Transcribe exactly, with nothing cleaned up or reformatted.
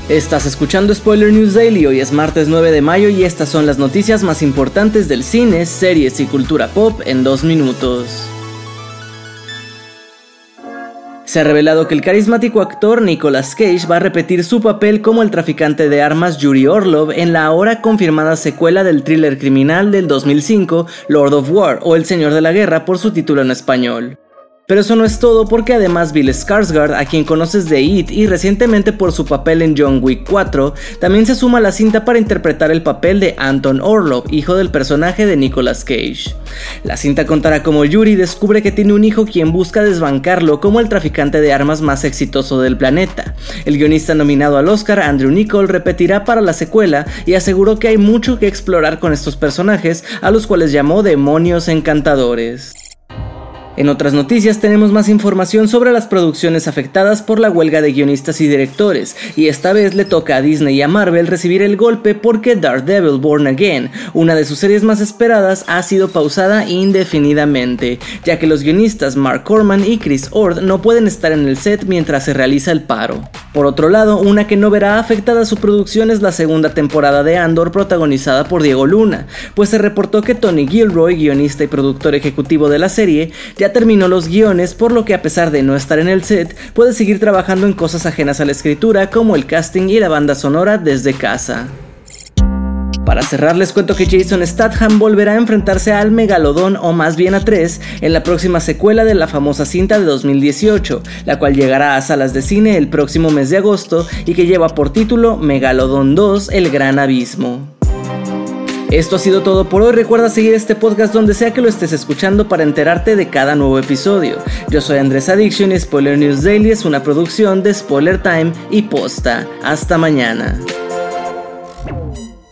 Estás escuchando Spoiler News Daily, hoy es martes nueve de mayo y estas son las noticias más importantes del cine, series y cultura pop en dos minutos. Se ha revelado que el carismático actor Nicolas Cage va a repetir su papel como el traficante de armas Yuri Orlov en la ahora confirmada secuela del thriller criminal del dos mil cinco, Lord of War, o El Señor de la Guerra por su título en español. Pero eso no es todo, porque además Bill Skarsgård, a quien conoces de It y recientemente por su papel en John Wick cuatro, también se suma a la cinta para interpretar el papel de Anton Orlov, hijo del personaje de Nicolas Cage. La cinta contará cómo Yuri descubre que tiene un hijo quien busca desbancarlo como el traficante de armas más exitoso del planeta. El guionista nominado al Oscar, Andrew Niccol, repetirá para la secuela y aseguró que hay mucho que explorar con estos personajes, a los cuales llamó demonios encantadores. En otras noticias tenemos más información sobre las producciones afectadas por la huelga de guionistas y directores, y esta vez le toca a Disney y a Marvel recibir el golpe porque Daredevil Born Again, una de sus series más esperadas, ha sido pausada indefinidamente, ya que los guionistas Mark Corman y Chris Ord no pueden estar en el set mientras se realiza el paro. Por otro lado, una que no verá afectada su producción es la segunda temporada de Andor, protagonizada por Diego Luna, pues se reportó que Tony Gilroy, guionista y productor ejecutivo de la serie, ya terminó los guiones, por lo que a pesar de no estar en el set, puede seguir trabajando en cosas ajenas a la escritura como el casting y la banda sonora desde casa. Para cerrar, les cuento que Jason Statham volverá a enfrentarse al Megalodón, o más bien a tres, en la próxima secuela de la famosa cinta de dos mil dieciocho, la cual llegará a salas de cine el próximo mes de agosto y que lleva por título Megalodón dos: El Gran Abismo. Esto ha sido todo por hoy. Recuerda seguir este podcast donde sea que lo estés escuchando para enterarte de cada nuevo episodio. Yo soy Andrés Addiction y Spoiler News Daily es una producción de Spoiler Time y Posta. Hasta mañana.